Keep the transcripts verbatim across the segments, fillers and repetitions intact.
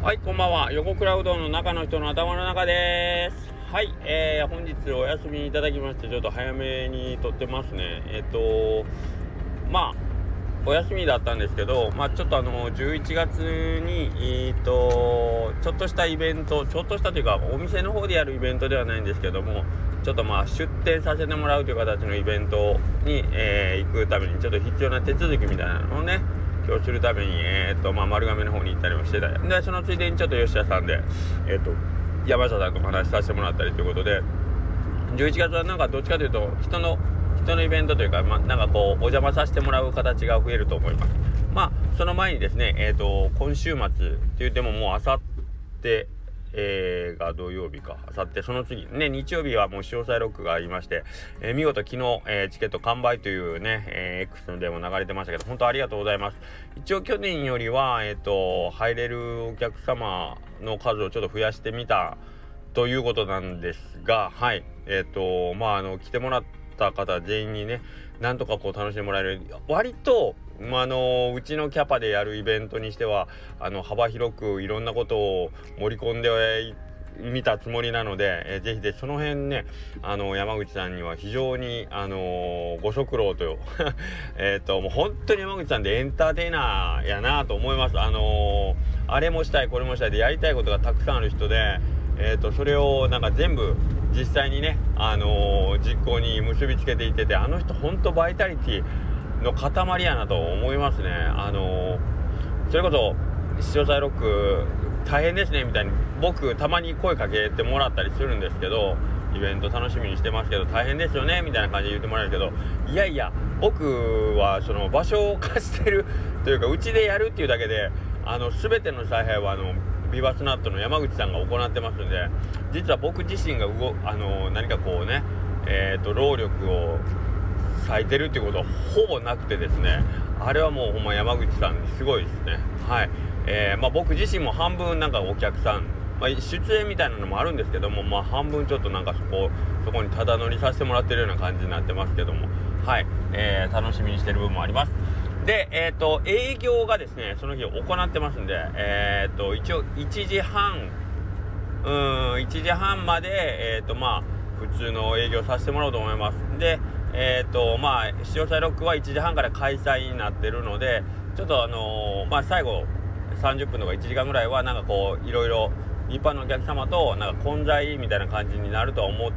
はい、こんばんは。横倉うどんの中の人の頭の中です。はい、えー、本日お休みいただきまして、ちょっと早めに撮ってますね。えっとまあお休みだったんですけど、まあちょっとあのじゅういちがつにえっとちょっとしたイベント、ちょっとしたというかお店の方でやるイベントではないんですけども、ちょっとまあ出店させてもらうという形のイベントに、えー、行くためにちょっと必要な手続きみたいなのをね今日するために、えーとまあ、丸亀の方に行ったりもしてたりで、そのついでにちょっと吉田さんで、えーと山下さんとお話しさせてもらったりということで、じゅういちがつはなんかどっちかというと人の人のイベントというか、まあ、なんかこうお邪魔させてもらう形が増えると思います。まあその前にですね、えーと今週末って言ってももうあさってえー、が土曜日か、あさってその次ね日曜日はもう詳細ロックがありまして、えー、見事昨日、えー、チケット完売というね、えー、X でも流れてましたけど、本当ありがとうございます。一応去年よりはえっ、ー、と入れるお客様の数をちょっと増やしてみたということなんですが、はいえっ、ー、とまああの来てもらった方全員にねなんとかこう楽しんでもらえる、割とまあ、あのうちのキャパでやるイベントにしてはあの幅広くいろんなことを盛り込んでみたつもりなので、えー、ぜひぜひその辺ねあの山口さんには非常に、あのー、ご足労とえっともう本当に山口さんでエンターテイナーやなと思います。あのー、あれもしたいこれもしたいでやりたいことがたくさんある人で、えー、とそれをなんか全部実際にね、あのー、実行に結びつけていってて、あの人本当バイタリティの塊やなと思いますね。あのー、それこそ詳細ロック大変ですねみたいに僕たまに声かけてもらったりするんですけど、イベント楽しみにしてますけど大変ですよねみたいな感じで言ってもらえるけど、いやいや僕はその場所を貸してるというかうちでやるっていうだけで、あの全ての采配はあのビバスナットの山口さんが行ってますんで、実は僕自身が動あの何かこうねえっと労力を咲いてるっていうことはほぼなくてですね、あれはもうほんま山口さんすごいですね。はい、えー、まあ僕自身も半分なんかお客さん、まあ、出演みたいなのもあるんですけども、まあ半分ちょっとなんかそこそこにただ乗りさせてもらってるような感じになってますけども、はい、えー、楽しみにしてる部分もあります。でえっ、ー、と営業がですねその日行ってますんで、えっ、ー、と一応いちじはんうーんいちじはんまでえっ、ー、とまあ普通の営業させてもらおうと思います。でえっ、ー、とまあ詳細ロックはいちじはんから開催になってるので、ちょっとあのー、まあ最後さんじゅっぷんとかいちじかんぐらいはなんかこういろいろ一般のお客様となんか混在みたいな感じになるとは思って、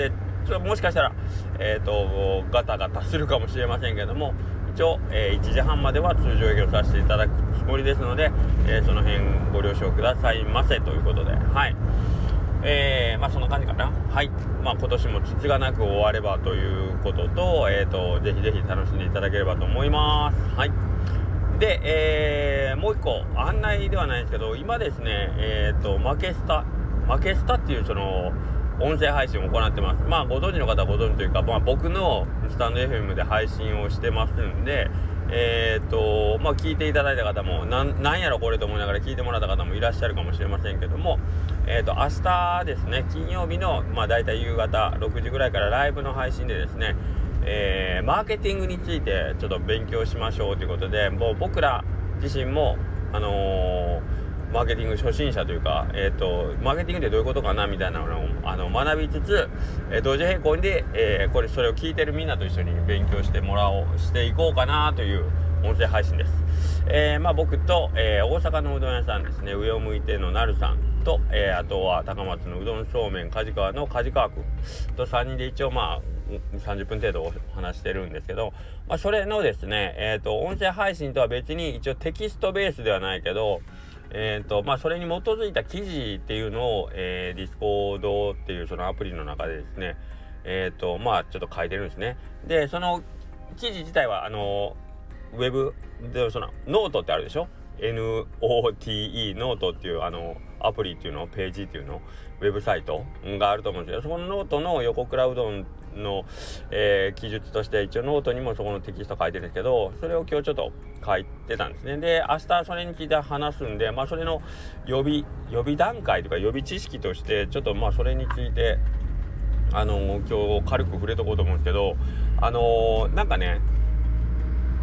ちょっともしかしたらえっ、ー、とガタガタするかもしれませんけども、一応、えー、いちじはんまでは通常営業させていただくつもりですので、えー、その辺ご了承くださいませということで、はいえー、まあそんな感じかな。はい、まあ今年もつつがなく終わればということと、えーとぜひぜひ楽しんでいただければと思います。はい。で、えー、もう一個案内ではないんですけど、今ですねえーとマケスタマケスタっていうその音声配信を行ってます。まあご存知の方はご存知というか、まあ、僕のスタンド エフエム で配信をしてますんで、えーとまあ聞いていただいた方もな ん, なんやろこれと思いながら聞いてもらった方もいらっしゃるかもしれませんけども、えーと明日ですね金曜日のまあだいたい夕方ろくじぐらいからライブの配信でですね、えー、マーケティングについてちょっと勉強しましょうということで、もう僕ら自身もあのーマーケティング初心者というか、えーと、マーケティングってどういうことかなみたいなのをあの学びつつ、えー、同時並行で、えー、これそれを聞いてるみんなと一緒に勉強してもらおうしていこうかなという音声配信です。えー、まあ僕と、えー、大阪のうどん屋さんですね、上を向いてのなるさんと、えー、あとは高松のうどんそうめん梶川の梶川くんとさんにんで一応まあさんじゅっぷん程度お話してるんですけど、まあ、それのですね、えーと、音声配信とは別に一応テキストベースではないけど、えーとまあ、それに基づいた記事っていうのを、えー、ディスコードっていうそのアプリの中でですね、えーとまあちょっと書いてるんですね。でその記事自体はあのウェブでそのノートってあるでしょ、 エヌオーティーイー ノートっていうあのアプリっていうのページっていうのウェブサイトがあると思うんですけど、そこのノートの横倉うどんの、えー、記述として一応ノートにもそこのテキスト書いてるんですけど、それを今日ちょっと書いてたんですね。で明日それについて話すんで、まあそれの予備予備段階とか予備知識としてちょっとまあそれについてあのー、今日軽く触れとこうと思うんですけど、あのー、なんかね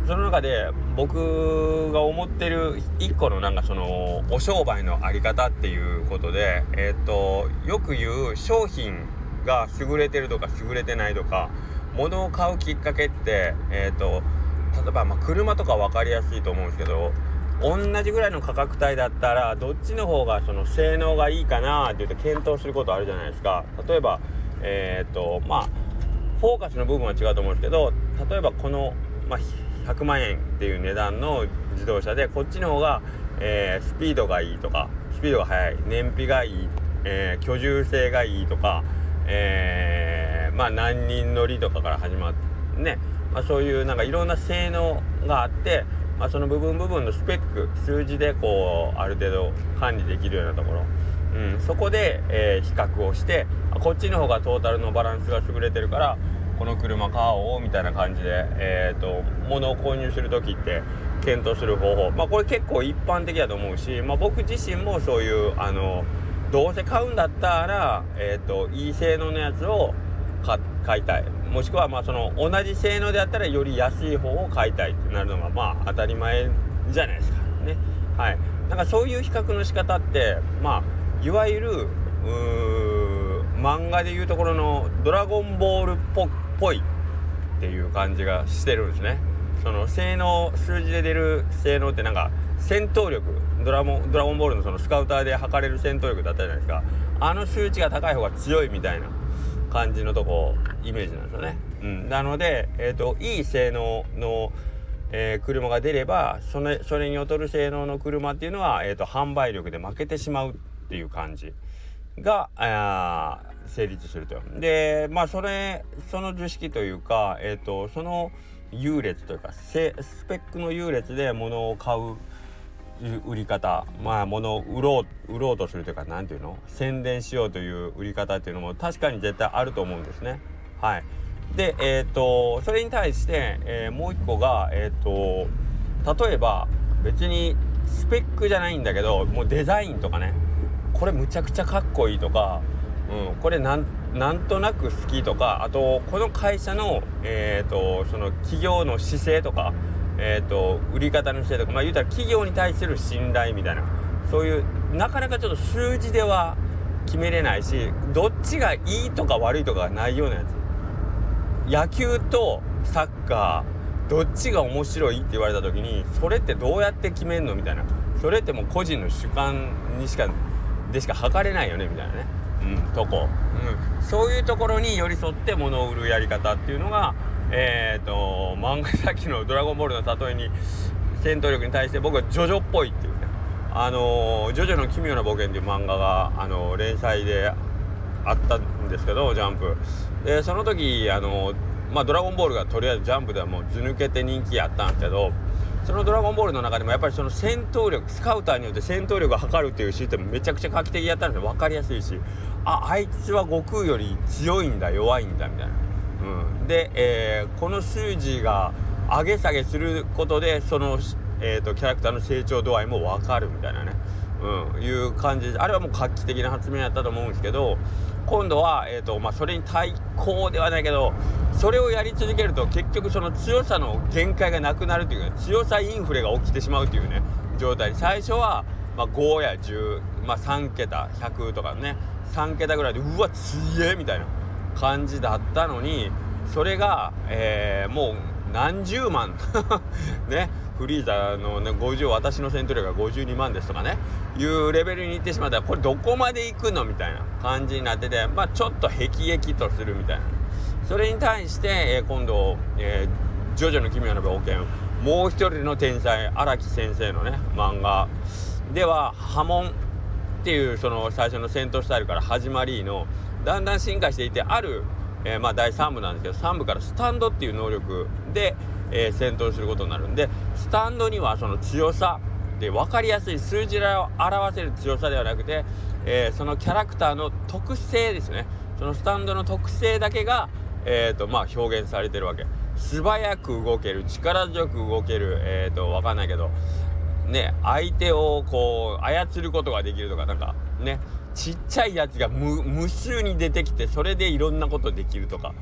その中で僕が思ってる一個のなんかそのお商売のあり方っていうことで、えっとよく言う商品が優れてるとか優れてないとか、物を買うきっかけって、えっと例えばまあ車とか分かりやすいと思うんですけど、同じぐらいの価格帯だったらどっちの方がその性能がいいかなって言って検討することあるじゃないですか。例えばえっとまあフォーカスの部分は違うと思うんですけど、例えばこの、まあ、ひゃくまんえんっていう値段の自動車でこっちの方が、えー、スピードがいいとか、スピードが速い、燃費がいい、えー、居住性がいいとか、えー、まあ何人乗りとかから始まってね、まあ、そういうなんかいろんな性能があって、まあ、その部分部分のスペック、数字でこうある程度管理できるようなところ、うん、そこで、えー、比較をして、こっちの方がトータルのバランスが優れてるからこの車買おうみたいな感じで、えーと、物を購入するときって検討する方法、まあこれ結構一般的だと思うし、まあ、僕自身もそういうあのどうせ買うんだったら、えーと、いい性能のやつを買買いたい、もしくはまあその同じ性能であったらより安い方を買いたいってなるのがまあ当たり前じゃないですかね。はい、なんかそういう比較の仕方ってまあいわゆるうー漫画でいうところのドラゴンボールっぽぽいっていう感じがしてるんですね。その性能、数字で出る性能ってなんか戦闘力、ドラモドラゴンボールのそのスカウターで測れる戦闘力だったじゃないですか。あの数値が高い方が強いみたいな感じのとこイメージなんですよね。うん、なので、えーと、いい性能の、えー、車が出ればそれ、それに劣る性能の車っていうのは、えーと、販売力で負けてしまうっていう感じがあ成立すると。でまあそれその図式というか、えーとその優劣というかスペックの優劣で物を買う売り方、まあ物を売ろう売ろうとするというか、なんていうの、宣伝しようという売り方っていうのも確かに絶対あると思うんですね。はい。でえっ、ー、とそれに対して、えー、もう一個がえっ、ー、と例えば別にスペックじゃないんだけど、もうデザインとかね、これむちゃくちゃかっこいいとか、うん、これなんなんとなく好きとか、あとこの会社のえっ、ー、とその企業の姿勢とか、えーと売り方の姿勢とか、まあ言うたら企業に対する信頼みたいな、そういうなかなかちょっと数字では決めれないし、どっちがいいとか悪いとかがないようなやつ、野球とサッカーどっちが面白いって言われた時に、それってどうやって決めんのみたいな、それってもう個人の主観にしかでしか測れないよねみたいなね、うん、とこ、うん、そういうところに寄り添って物を売るやり方っていうのが、えーと漫画、さっきのドラゴンボールの例えに戦闘力に対して僕はジョジョっぽいっていうね、あのー、ジョジョの奇妙な冒険っていう漫画が、あのー、連載であったんですけど、ジャンプでその時、あのーまあ、ドラゴンボールがとりあえずジャンプではもう図抜けて人気やったんですけど、そのドラゴンボールの中でもやっぱりその戦闘力、スカウターによって戦闘力を測るっていうシステムめちゃくちゃ画期的やったんですよ。分かりやすいし、あ、あいつは悟空より強いんだ弱いんだみたいな、うん、で、えー、この数字が上げ下げすることでその、えーと、キャラクターの成長度合いも分かるみたいなね、うん、いう感じで、あれはもう画期的な発明やったと思うんですけど、今度は、えーとまあ、それに対抗ではないけど、それをやり続けると結局その強さの限界がなくなるという、ね、強さインフレが起きてしまうというね状態。最初は、まあ、ごやじゅう、まあ、さんけたひゃくとかね、さんけたぐらいでうわ強えみたいな感じだったのに、それが、えー、もう何十万ね、フリーザの、ね、ごじゅう、私の戦闘力がごじゅうにまんですとかねいうレベルに行ってしまったら、これどこまで行くのみたいな感じになってて、まあちょっとへきへきとするみたいな。それに対して、えー、今度、えー、ジョジョの奇妙な冒険、もう一人の天才荒木先生のね漫画では、波紋っていうその最初の戦闘スタイルから始まりのだんだん進化していて、ある、えー、まあだいさんぶなんですけど、さんぶからスタンドっていう能力で、えー、戦闘することになるんで、スタンドにはその強さで分かりやすい数字を表せる強さではなくて、えー、そのキャラクターの特性ですね、そのスタンドの特性だけが、えーとまあ、表現されてるわけ。素早く動ける、力強く動ける、えーと分かんないけどね、相手をこう操ることができるとか、なんかね、ちっちゃいやつが 無, 無数に出てきてそれでいろんなことできるとか、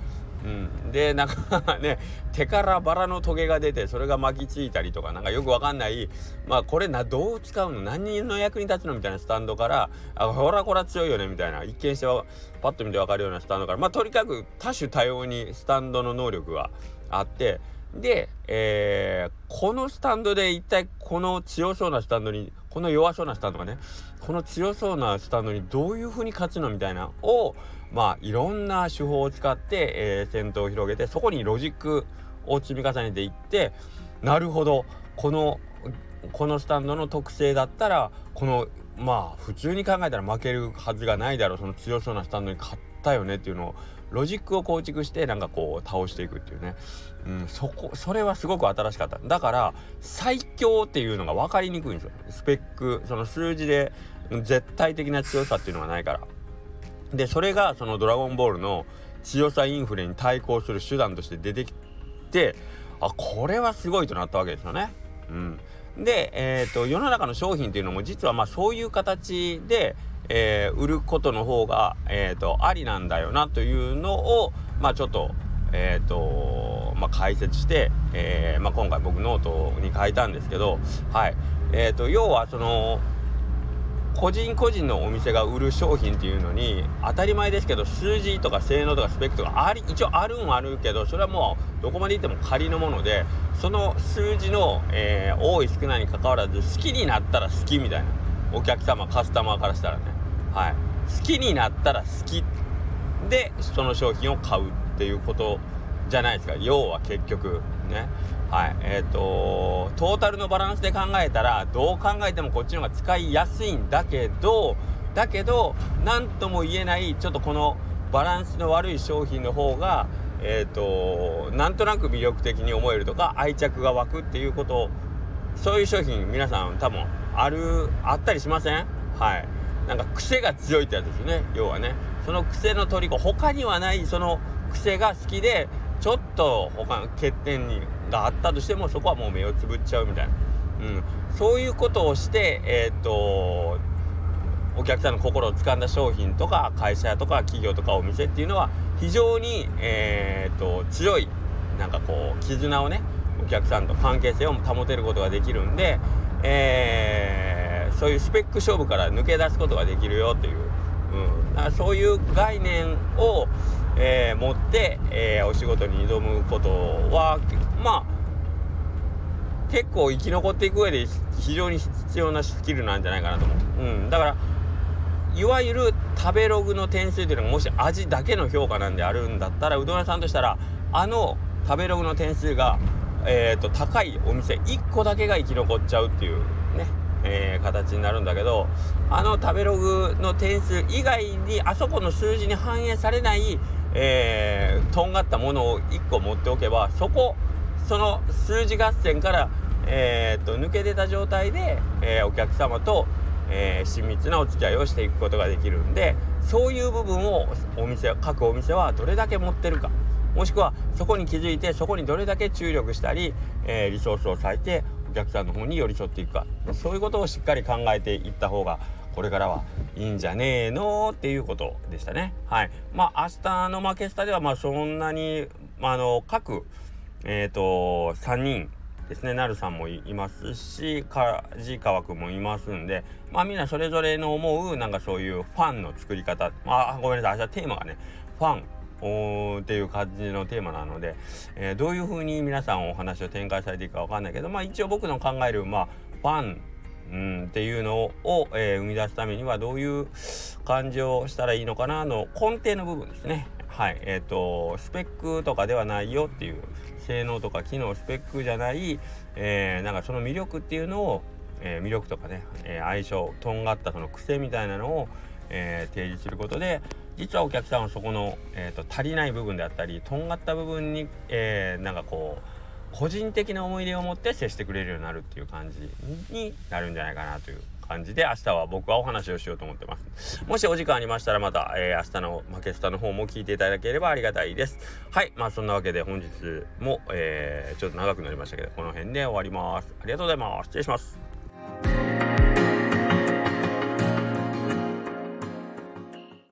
うん、でなんかね手からバラのトゲが出てそれが巻きついたりとかなんかよくわかんないまあこれなどう使うの何の役に立つのみたいなスタンドからあほらこら強いよねみたいな一見してはパッと見てわかるようなスタンドからまあとにかく多種多様にスタンドの能力があってで、えー、このスタンドで一体この強そうなスタンドにこの弱そうなスタンドがねこの強そうなスタンドにどういう風に勝つのみたいなをまあいろんな手法を使って、えー、戦闘を広げてそこにロジックを積み重ねていってなるほどこのこのスタンドの特性だったらこのまあ普通に考えたら負けるはずがないだろうその強そうなスタンドに勝ったよねっていうのをロジックを構築してなんかこう倒していくっていうね、うん、そこそれはすごく新しかった。だから最強っていうのが分かりにくいんですよ。スペックその数字で絶対的な強さっていうのがないから。でそれがそのドラゴンボールの強さインフレに対抗する手段として出てきてあこれはすごいとなったわけですよね。うん、で、えーと、世の中の商品っていうのも実はまあそういう形で、えー、売ることの方が、えーと、ありなんだよなというのをまあちょっとえーとまあ、解説して、えーまあ、今回僕ノートに書いたんですけど、はいえーと、要はその個人個人のお店が売る商品っていうのに当たり前ですけど数字とか性能とかスペックとかあり一応あるんはあるけどそれはもうどこまでいっても仮のものでその数字の、えー、多い少ないに関わらず好きになったら好きみたいなお客様カスタマーからしたらね、はい、好きになったら好きでその商品を買うっていうことじゃないですか。要は結局ねはいえーとトータルのバランスで考えたらどう考えてもこっちの方が使いやすいんだけどだけど何とも言えないちょっとこのバランスの悪い商品の方がえーとなんとなく魅力的に思えるとか愛着が湧くっていうことそういう商品皆さん多分あるあったりしません？はいなんか癖が強いってやつですよね。要はねその癖の虜他にはないその癖が好きでちょっと他の欠点にがあったとしてもそこはもう目をつぶっちゃうみたいな、うん、そういうことをしてえー、っとお客さんの心を掴んだ商品とか会社とか企業とかお店っていうのは非常にえー、っと強いなんかこう絆をねお客さんと関係性を保てることができるんで、えー、そういうスペック勝負から抜け出すことができるよっていう、うん、だからそういう概念をえー、持って、えー、お仕事に挑むことはまあ結構生き残っていく上で非常に必要なスキルなんじゃないかなと思う、うん、だからいわゆる食べログの点数というのがもし味だけの評価なんであるんだったらうどん屋さんとしたらあの食べログの点数が、えー、と高いお店いっこだけが生き残っちゃうっていうねえー、形になるんだけどあの食べログの点数以外にあそこの数字に反映されない、えー、とんがったものをいっこ持っておけばそこその数字合戦から、えー、と抜け出た状態で、えー、お客様と、えー、親密なお付き合いをしていくことができるんでそういう部分をお店各お店はどれだけ持ってるかもしくはそこに気づいてそこにどれだけ注力したり、えー、リソースを割いてお客さんの方に寄り添っていくかそういうことをしっかり考えていった方がこれからはいいんじゃねえのっていうことでしたね。はいまあ明日の負けスタではまあそんなに、まあ、あの各えっ、ー、とさんにんですねなるさんも い, いますし梶川くんもいますんでまあみんなそれぞれの思うなんかそういうファンの作り方まあごめんなさい明日テーマがねファンっていう感じのテーマなので、えー、どういう風に皆さんお話を展開されていくかわかんないけどまあ一応僕の考えるまあファン、うん、っていうのを、えー、生み出すためにはどういう感じをしたらいいのかなの根底の部分ですね。はいえっ、ー、とスペックとかではないよっていう性能とか機能スペックじゃない、えー、なんかその魅力っていうのを、えー、魅力とかね、えー、相性とんがったその癖みたいなのを、えー、提示することで実はお客さんはそこの、えー、と足りない部分であったりとんがった部分に、えー、なんかこう個人的な思い出を持って接してくれるようになるっていう感じになるんじゃないかなという感じで明日は僕はお話をしようと思ってます。もしお時間ありましたらまた、えー、明日の負けスタの方も聞いていただければありがたいです。はいまあそんなわけで本日も、えー、ちょっと長くなりましたけどこの辺で終わります。ありがとうございます。失礼します。